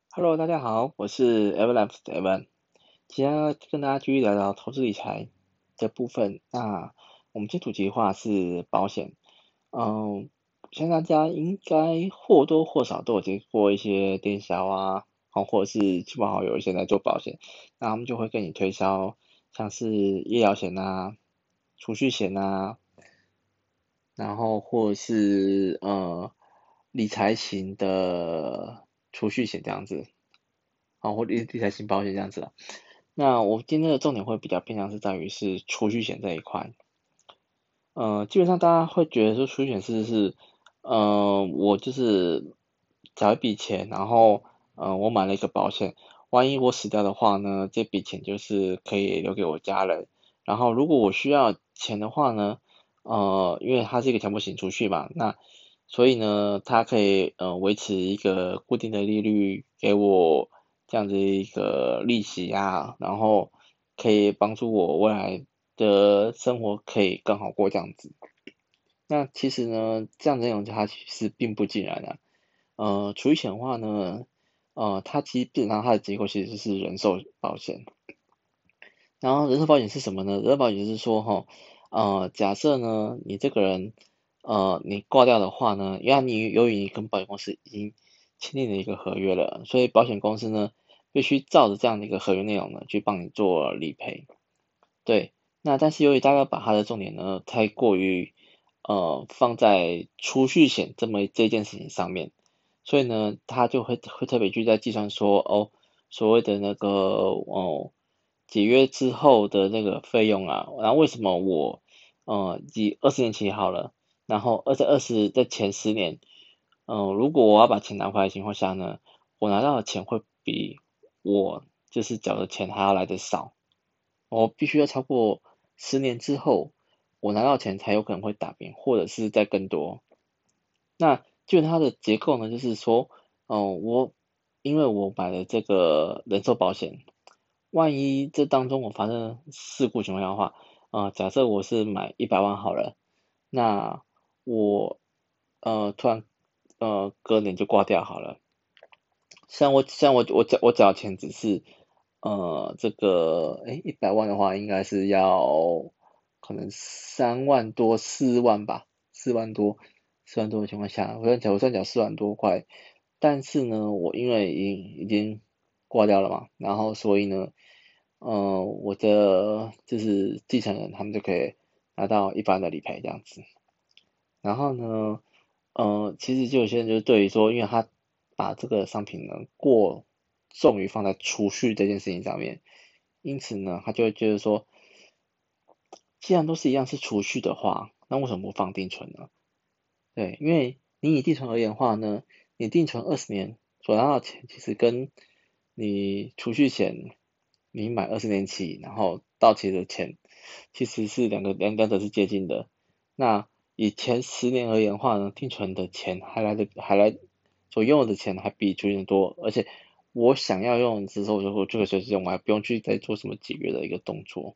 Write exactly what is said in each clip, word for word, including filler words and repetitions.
Hello，大家好，我是 Everlabs 的 Evan，今天要跟大家继续聊聊投资理财的部分。那我们今天主题的话是保险，嗯，相信大家应该或多或少都有接过一些电销啊，哦，或者是亲朋好友有些人在做保险，那他们就会跟你推销像是医疗险啊、储蓄险啊，然后或者是呃理财型的储蓄险这样子。好，或理理财型保险这样子啦。那我今天的重点会比较偏向是在于是储蓄险这一块。呃，基本上大家会觉得说储蓄险是是，呃，我就是缴一笔钱，然后呃我买了一个保险，万一我死掉的话呢，这笔钱就是可以留给我家人。然后如果我需要钱的话呢，呃，因为它是一个强迫型储蓄嘛，那所以呢，它可以呃维持一个固定的利率给我这样子一个利息啊，然后可以帮助我未来的生活可以更好过这样子。那其实呢，这样的内容它其实并不尽然啊。呃，储蓄险的话呢，呃，它其实基本上它的结构其实是人寿保险。然后人寿保险是什么呢？人寿保险是说哈，呃，假设呢你这个人呃你挂掉的话呢，因为你由于你跟保险公司已经签订了一个合约了，所以保险公司呢必须照着这样的一个合约内容呢去帮你做理赔。对，那但是由于大家把它的重点呢太过于呃放在储蓄险这么这件事情上面，所以呢他就会会特别去在计算说哦所谓的那个哦解约之后的那个费用啊，然后为什么我呃以二十年期好了，然后二在二十在前十年，嗯、呃如果我要把钱拿回来的情况下呢，我拿到的钱会比我就是缴的钱还要来的少。我必须要超过十年之后，我拿到钱才有可能会打平，或者是再更多。那就它的结构呢，就是说，哦、我因为我买了这个人寿保险，万一这当中我发生事故情况下的话，呃，假设我是买一百万好了，那我呃突然呃隔年就挂掉好了。像我像我我缴我缴钱只是呃这个诶一百万的话，应该是要可能三万多四万吧，四万多四万多的情况下，我算缴我算缴四万多块，但是呢，我因为已经已经挂掉了嘛，然后所以呢，呃我的就是继承人他们就可以拿到一般的理赔这样子。然后呢，呃，其实就有些人就是对于说，因为他把这个商品呢过重于放在储蓄这件事情上面，因此呢，他就会觉得说，既然都是一样是储蓄的话，那为什么不放定存呢？对，因为你以定存而言的话呢，你定存二十年所拿到的钱，其实跟你储蓄险你买二十年期，然后到期的钱，其实是两个两两者是接近的。那以前十年而言的话呢，定存的钱还来的还来所用的钱还比储蓄险多，而且我想要用的时候，我就就可以随时用，我还不用去再做什么解约的一个动作。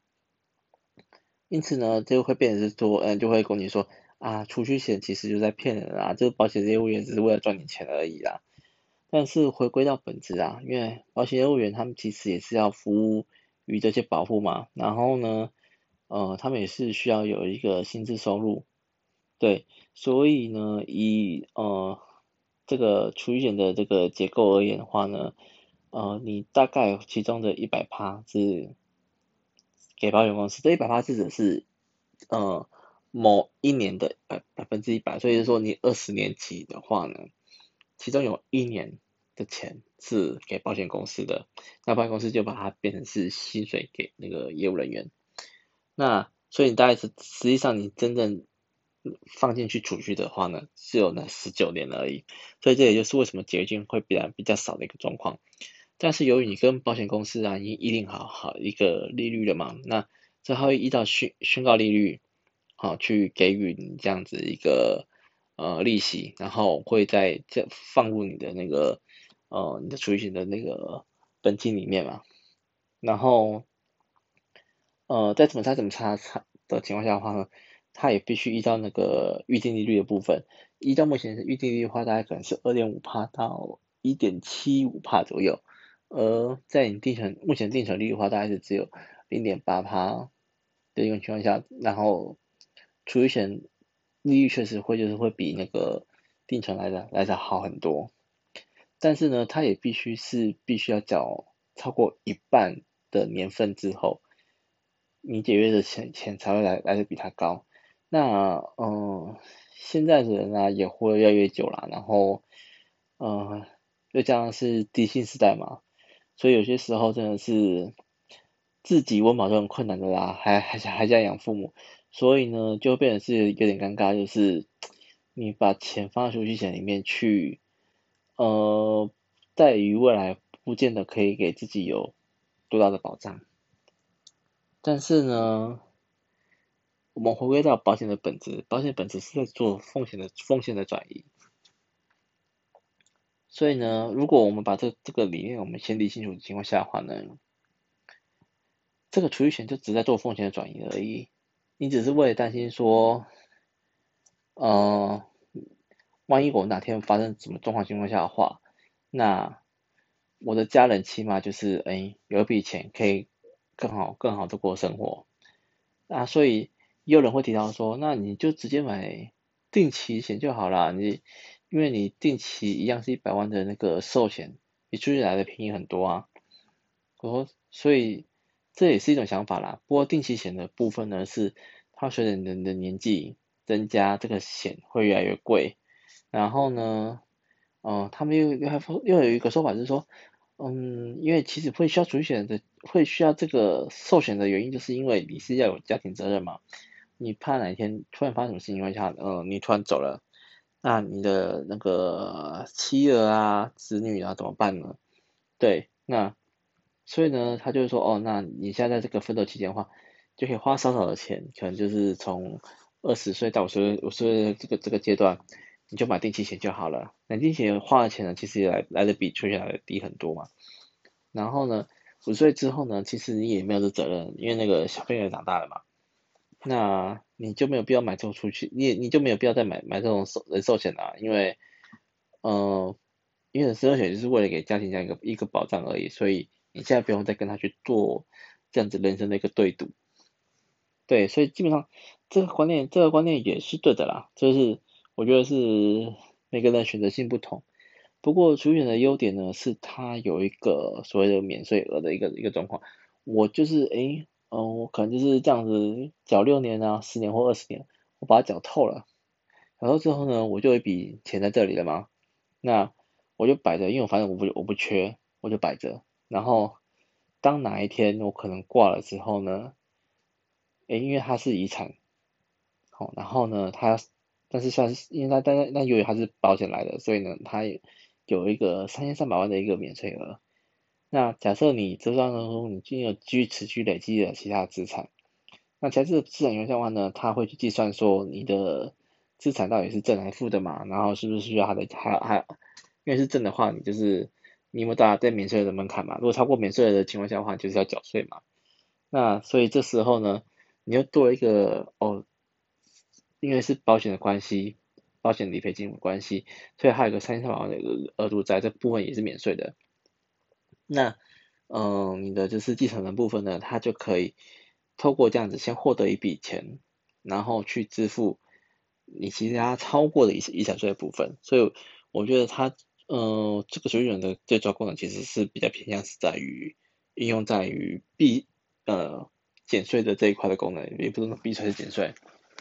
因此呢，就会变成是说，嗯，就会跟你说啊，储蓄险其实就在骗人啊，这个保险业务员只是为了赚你钱而已啦。但是回归到本质啊，因为保险业务员他们其实也是要服务于这些保护嘛，然后呢，呃，他们也是需要有一个薪资收入，对，所以呢，以呃这个储蓄险的这个结构而言的话呢，呃，你大概其中的一百趴是给保险公司，这一百趴是指是呃某一年的百百分之一百，所以说你二十年期的话呢，其中有一年的钱是给保险公司的，那保险公司就把它变成是薪水给那个业务人员。那所以你大概是实际上你真正放进去储蓄的话呢，只有那十九年而已。所以这也就是为什么解约金会比较比较少的一个状况。但是由于你跟保险公司啊已经议定好好一个利率了嘛，那这它会依照宣宣告利率，好、去给予你这样子一个呃利息，然后会再这放入你的那个呃你的储蓄险的那个本金里面嘛，然后呃在怎么差怎么差差的情况下的话呢，它也必须依照那个预定利率的部分，依照目前的预定利率的话，大概可能是二点五趴到一点七五帕左右，而在你定存目前定存率的话，大概是只有零点八帕的一种情况下，然后储蓄险利率确实会就是会比那个定存来的来的好很多，但是呢，它也必须是必须要缴超过一半的年份之后，你解约的钱钱才会来来的比它高。那嗯，现在的人啊也活得越来越久了，然后嗯，又加上是低薪时代嘛，所以有些时候真的是自己温饱都很困难的啦，还还还在养父母，所以呢就变成是有点尴尬，就是你把钱放在储蓄险里面去，呃，在于未来不见得可以给自己有多大的保障，但是呢，我们回归到保险的本质，保险本质是在做风险的风险的转移。所以呢，如果我们把这这个理念我们先理清楚的情况下的话呢，这个储蓄险就只在做风险的转移而已。你只是为了担心说，呃，万一我哪天发生什么状况情况下的话，那我的家人起码就是哎有一笔钱可以更好更好的过生活。啊，所以也有人会提到说，那你就直接买定期险就好了，你因为你定期一样是一百万的那个寿险，比出去来的便宜很多啊。我说，所以这也是一种想法啦。不过定期险的部分呢，是它随着人的年纪增加，这个险会越来越贵。然后呢，呃，他们又又还又有一个说法是说，嗯，因为其实会需要储蓄险的，会需要这个寿险的原因，就是因为你是要有家庭责任嘛，你怕哪一天突然发生什么事情情况下，呃，你突然走了，那你的那个妻儿啊、子女啊怎么办呢？对，那所以呢，他就是说，哦，那你现在在这个奋斗期间的话，就可以花少少的钱，可能就是从二十岁到五十五十岁这个这个阶段，你就买定期险就好了。那定期险花的钱呢，其实也来来的比储蓄险来的低很多嘛。然后呢，五十岁之后呢，其实你也没有这责任，因为那个小朋友也长大了嘛，那你就没有必要买这种出去，你也你就没有必要再买买这种寿人寿险啦，因为，呃，因为人寿险就是为了给家庭这样一个一个保障而已，所以你现在不用再跟他去做这样子人生的一个对赌，对，所以基本上这个观念这个观念也是对的啦，就是我觉得是每个人选择性不同。不过储蓄险的优点呢，是它有一个所谓的免税额的一个一个状况。我就是诶，嗯、我可能就是这样子缴六年啊，十年或二十年，我把它缴透了，缴透之后呢，我就有一笔钱在这里了嘛，那我就摆着，因为我反正我不我不缺，我就摆着。然后当哪一天我可能挂了之后呢，诶，因为它是遗产，好，然后呢，它但是算是因为它但是那由于它是保险来的，所以呢，它有一个三千三百万的一个免税额。那假设你这段当中你今有继续持续累积的其他的资产，那在这个资产原则的话呢，它会去计算说你的资产到底是正还是负的嘛，然后是不是需要它的还还因为是正的话，你就是你有没有达到在免税额的门槛嘛？如果超过免税额的情况下的话，就是要缴税嘛。那所以这时候呢，你又多了一个哦，因为是保险的关系，保险理赔金的关系，所以还有一个三千三百万的一个额度在，这部分也是免税的。那嗯，你的就是继承人部分呢，它就可以透过这样子先获得一笔钱，然后去支付你其他超过的遗遗产税的部分。所以我觉得它呃这个储蓄险的最主要功能其实是比较偏向是在于应用在于避呃减税的这一块的功能，也不是说避税是减税，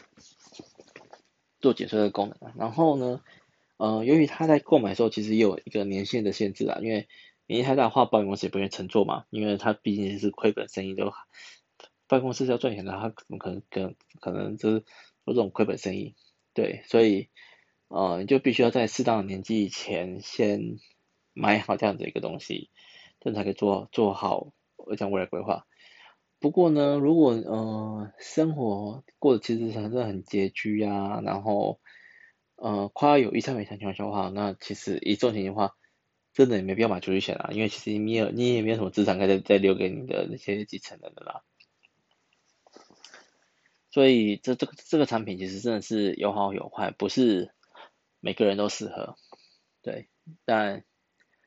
做减税的功能啊。然后呢，呃，由于他在购买的时候其实也有一个年限的限制啊，因为年纪太大的话，保险公司也不愿意承做嘛，因为他毕竟是亏本生意，就办公室是要赚钱的，他怎么可能跟可能就是做这种亏本生意？对，所以呃，你就必须要在适当的年纪以前先买好这样子一个东西，这样才可以做做好这样未来规划。不过呢，如果呃生活过得其实真的很拮据呀，然后呃快要有遗产遗产情况下的话，那其实以这种情况的话，真的也没必要买储蓄险啦，因为其实你有你也没有什么资产可以再再留给你的那些继承人的啦。所以这这个这个产品其实真的是有好有坏，不是每个人都适合。对，但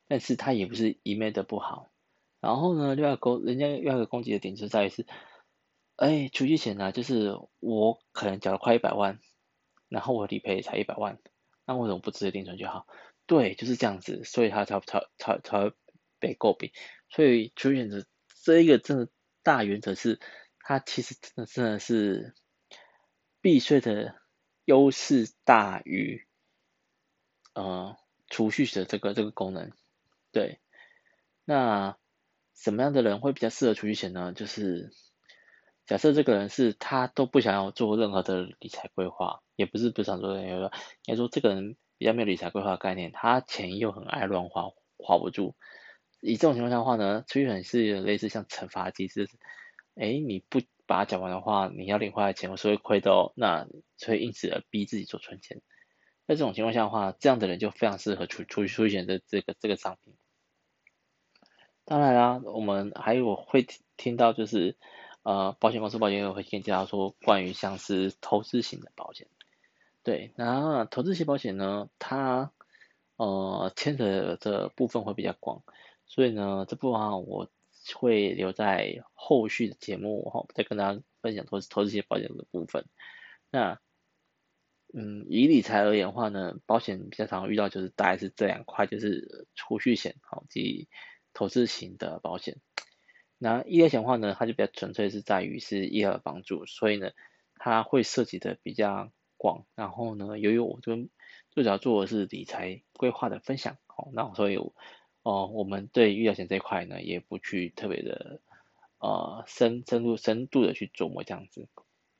但是它也不是一昧的不好。然后呢，另外一个攻人家另外一个攻击的点就在于是，哎，储蓄险呢，就是我可能缴了快一百万，然后我理赔才一百万，那为什么不直接定存就好？对，就是这样子，所以他才才才才会被诟病。所以储蓄险的这一个真的大原则是，它其实真的真的是避税的优势大于呃储蓄的这个这个功能。对，那什么样的人会比较适合储蓄险呢？就是假设这个人是他都不想要做任何的理财规划，也不是不想做任何，应该说这个人比较没有理财规划的概念，他钱又很爱乱花，花不住。以这种情况下的话呢，储蓄险是有类似像惩罚机制，哎，你不把它缴完的话，你要领回来的钱我是会亏的哦，那所以因此而逼自己做存钱。在这种情况下的话，这样的人就非常适合储储储蓄险的这个这个商品。当然啦，我们还有会听听到就是，呃，保险公司保险业会跟介绍说关于像是投资型的保险。对，那投资型保险呢，它呃牵扯的部分会比较广，所以呢，这部分啊我会留在后续的节目哈，再跟大家分享投资投资型保险的部分。那嗯，以理财而言的话呢，保险比较常遇到就是大概是这两块，就是储蓄险好及投资型的保险。那医疗险的话呢，它就比较纯粹是在于是医疗的帮助，所以呢，它会涉及的比较广。然后呢，由于我这边最主要做的是理财规划的分享，好，那所以哦、呃我们对医疗险这一块呢，也不去特别的呃深深入深度的去琢磨这样子。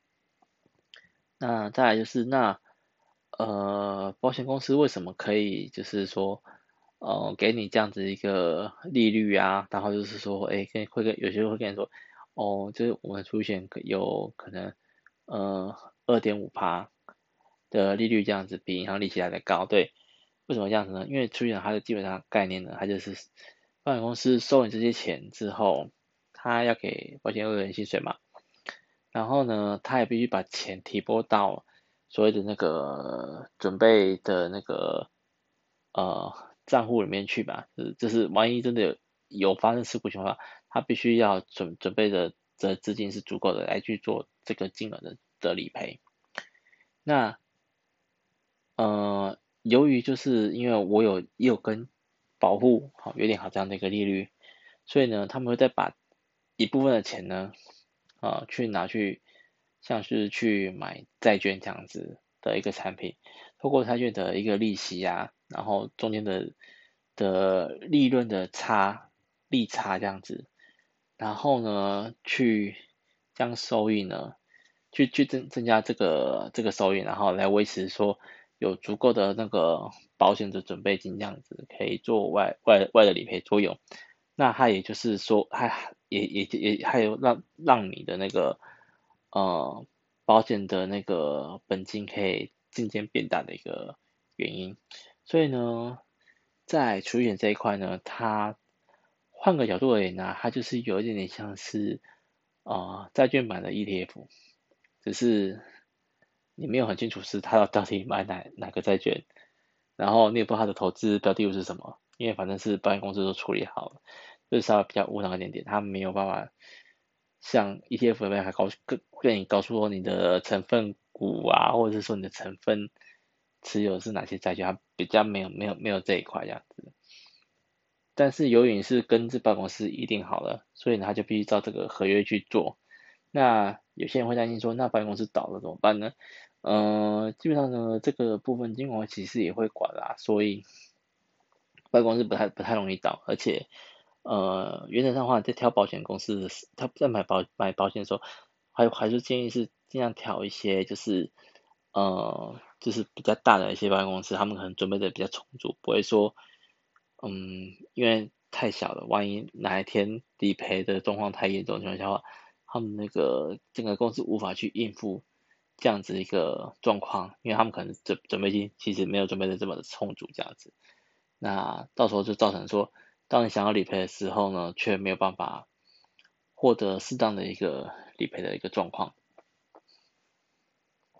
那再来就是那呃，保险公司为什么可以就是说，呃，给你这样子一个利率啊，然后就是说，哎，跟会跟有些人会跟你说，哦，就是我们出险可有可能呃二点五趴的利率这样子，比银行利息来的高，对，为什么这样子呢？因为出险它的基本上概念呢，它就是保险公司收你这些钱之后，他要给保险业务员薪水嘛。然后呢，他也必须把钱提拨到所谓的那个准备的那个呃账户里面去吧。就是就是万一真的有有发生事故情况下，他必须要准准备的的资金是足够的来去做这个金额的的理赔。那呃，由于就是因为我有也有跟保护好有点好这样的一个利率，所以呢，他们会再把一部分的钱呢啊，去拿去像是去买债券这样子的一个产品，透过债券的一个利息啊，然后中间的的利润的差利差这样子，然后呢去将收益呢去去增增加这个这个收益，然后来维持说有足够的那个保险的准备金这样子，可以做外外外的理赔作用。那它也就是说，还也也也还有让让你的那个呃保险的那个本金可以渐渐变大的一个原因。所以呢，在储蓄险这一块呢，它换个角度而言呢，它就是有一点点像是呃债券版的 E T F，只是你没有很清楚是它到底买哪哪个债券，然后你也不知道它的投资标的物是什么，因为反正是保险公司都处理好了。就是稍微比较无脑一点点，它没有办法像 E T F 那边还告跟跟你告诉说你的成分股啊，或者是说你的成分持有是哪些债券，它比较没有没有没有这一块这样子。但是由于你是跟这办公司议定好了，所以呢他就必须照这个合约去做。那有些人会担心说，那保险公司倒了怎么办呢？呃，基本上呢，这个部分金管会其实也会管啦，所以保险公司不太不太容易倒，而且呃，原则上的话，在挑保险公司的时，他在买保买保险的时候，还还是建议是尽量挑一些就是呃，就是比较大的一些保险公司，他们可能准备的比较充足，不会说嗯，因为太小了，万一哪一天理赔的状况太严重的情况下的话，他们那个整个公司无法去应付这样子一个状况，因为他们可能准准备金其实没有准备的这么的充足，这样子。那到时候就造成说，当你想要理赔的时候呢，却没有办法获得适当的一个理赔的一个状况。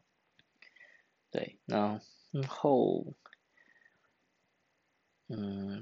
对，那然后嗯，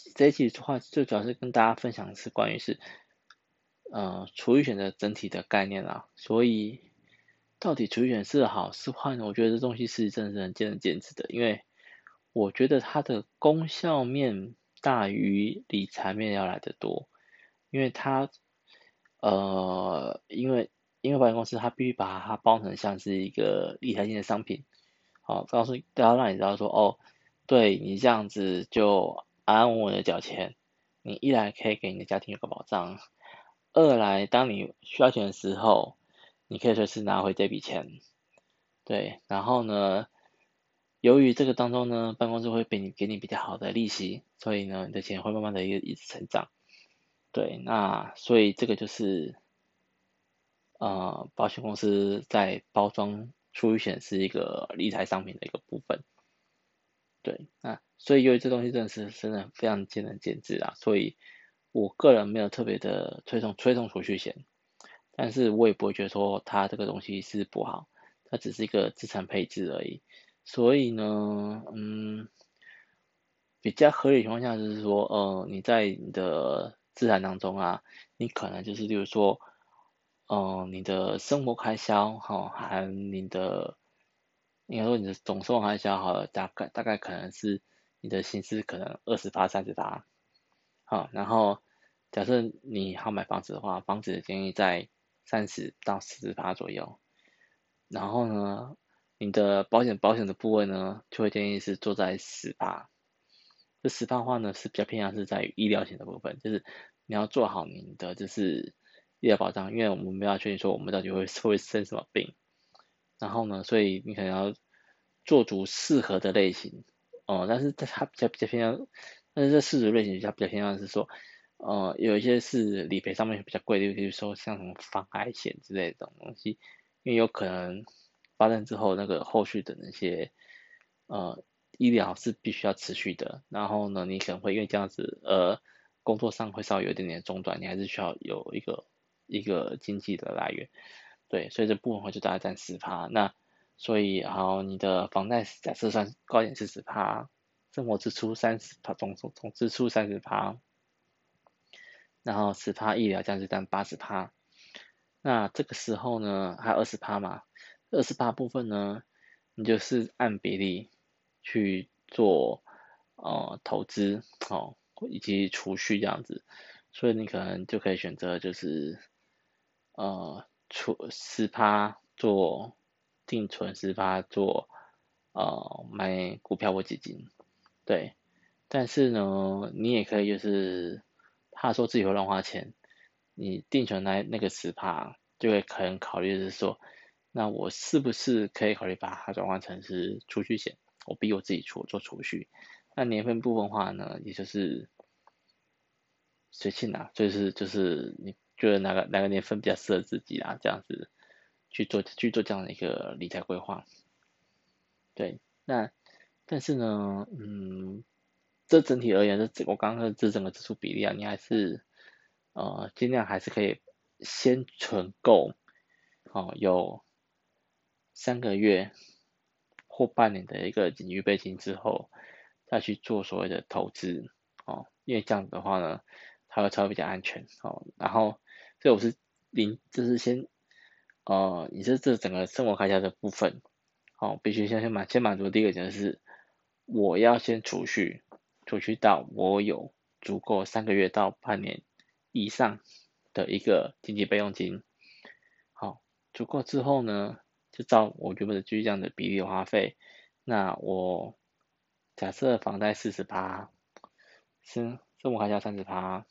这一期的话，最主要是跟大家分享的是关于是呃储蓄险的整体的概念啦。所以到底储蓄险是好是坏呢？我觉得这东西是真的是很见仁见智的，因为我觉得它的功效面大于理财面要来得多，因为它呃因为因为保险公司它必须把它包成像是一个理财型的商品。好，告诉大家让你知道说，哦，对你这样子就安安稳稳的缴钱，你一来可以给你的家庭有个保障，二来当你需要钱的时候，你可以随时拿回这笔钱。对，然后呢，由于这个当中呢，办公室会给你给你比较好的利息，所以呢，你的钱会慢慢的一一直成长。对，那所以这个就是呃，保险公司在包装储蓄险是一个理财商品的一个部分。对，那所以由于这东西真的是真的非常见仁见智啊，所以我个人没有特别的推崇推崇储蓄险，但是我也不会觉得说它这个东西是不好，它只是一个资产配置而已。所以呢，嗯，比较合理的情况下就是说，呃，你在你的资产当中啊，你可能就是例如说，呃，你的生活开销，哈、含你的应该说你的总生活开销好了，大概大概可能是你的薪资可能二十八、三十八，好，然后假设你要买房子的话，房子的建议在三十到四十八左右，然后呢，你的保险保险的部位呢，就会建议是做在十趴，这十趴的话呢是比较偏向是在于医疗险的部分，就是你要做好你的就是医疗保障，因为我们没有确定说我们到底会会生什么病。然后呢，所以你可能要做足适合的类型，哦、但是它比较比较偏向，但是这适合类型它比较偏向是说，呃，有一些是理赔上面比较贵的，比如说像什么防癌险之类的这种东西，因为有可能发生之后那个后续的那些呃医疗是必须要持续的，然后呢，你可能会因为这样子呃工作上会稍微有一点点中断，你还是需要有一个一个经济的来源。对，所以这部分的话就大概占十趴。那所以好，你的房贷假设算高一点是十趴，生活支出三十趴，总总总支出三十趴，然后十趴医疗这样子占八十趴。那这个时候呢，还有二十趴嘛，二十趴部分呢，你就是按比例去做呃投资哦，以及储蓄这样子。所以你可能就可以选择就是呃，储十趴做定存，十趴做呃买股票或基金，对。但是呢，你也可以就是怕说自己会乱花钱，你定存那那个十趴，就会可能考虑的是说，那我是不是可以考虑把它转换成是储蓄险，我逼我自己储做储蓄。那年份部分的话呢，也就是随性啦，就是就是你觉得哪个哪个年份比较适合自己啦，这样子去做去做这样的一个理财规划。对，那但是呢，嗯，这整体而言，这整我刚刚的这整个支出比例啊，你还是呃尽量还是可以先存够哦，有三个月或半年的一个紧急预备金之后，再去做所谓的投资哦，因为这样子的话呢，它会稍微比较安全哦。然后，所以我是零，就是先呃，你是这整个生活开销的部分，哦，必须先先满先满足第一个点就是我要先储蓄，储蓄到我有足够三个月到半年以上的一个经济备用金。好，足够之后呢，就照我原本的居这样的比例花费，那我假设房贷四十趴，生生活开销三十趴，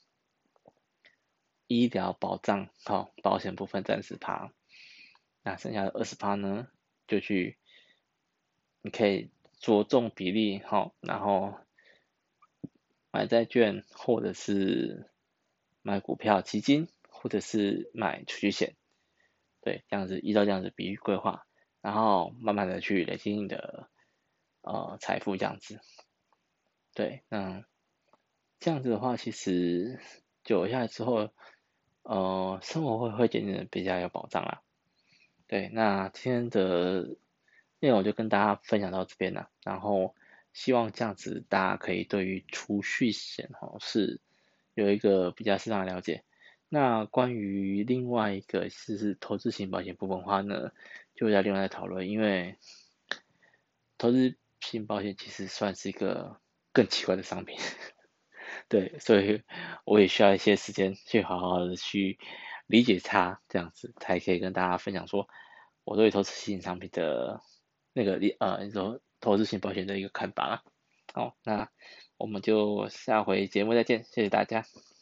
医疗保障好保险部分占十趴，那剩下的二十趴呢，就去你可以着重比例好，然后买债券或者是买股票、基金，或者是买储蓄险，对，这样子依照这样子比喻规划，然后慢慢的去累积你的呃财富，这样子，对，那这样子的话，其实久下来之后，呃，生活会会渐渐的比较有保障啦。对，那今天的内容就跟大家分享到这边了，然后希望这样子大家可以对于储蓄险哦是有一个比较适当的了解。那关于另外一个是投资型保险部分的话呢，就要另外再讨论，因为投资型保险其实算是一个更奇怪的商品。对，所以我也需要一些时间去好好的去理解它，这样子才可以跟大家分享说我对投资型产品的那个呃，你说投资型保险的一个看法啦。好，那我们就下回节目再见，谢谢大家。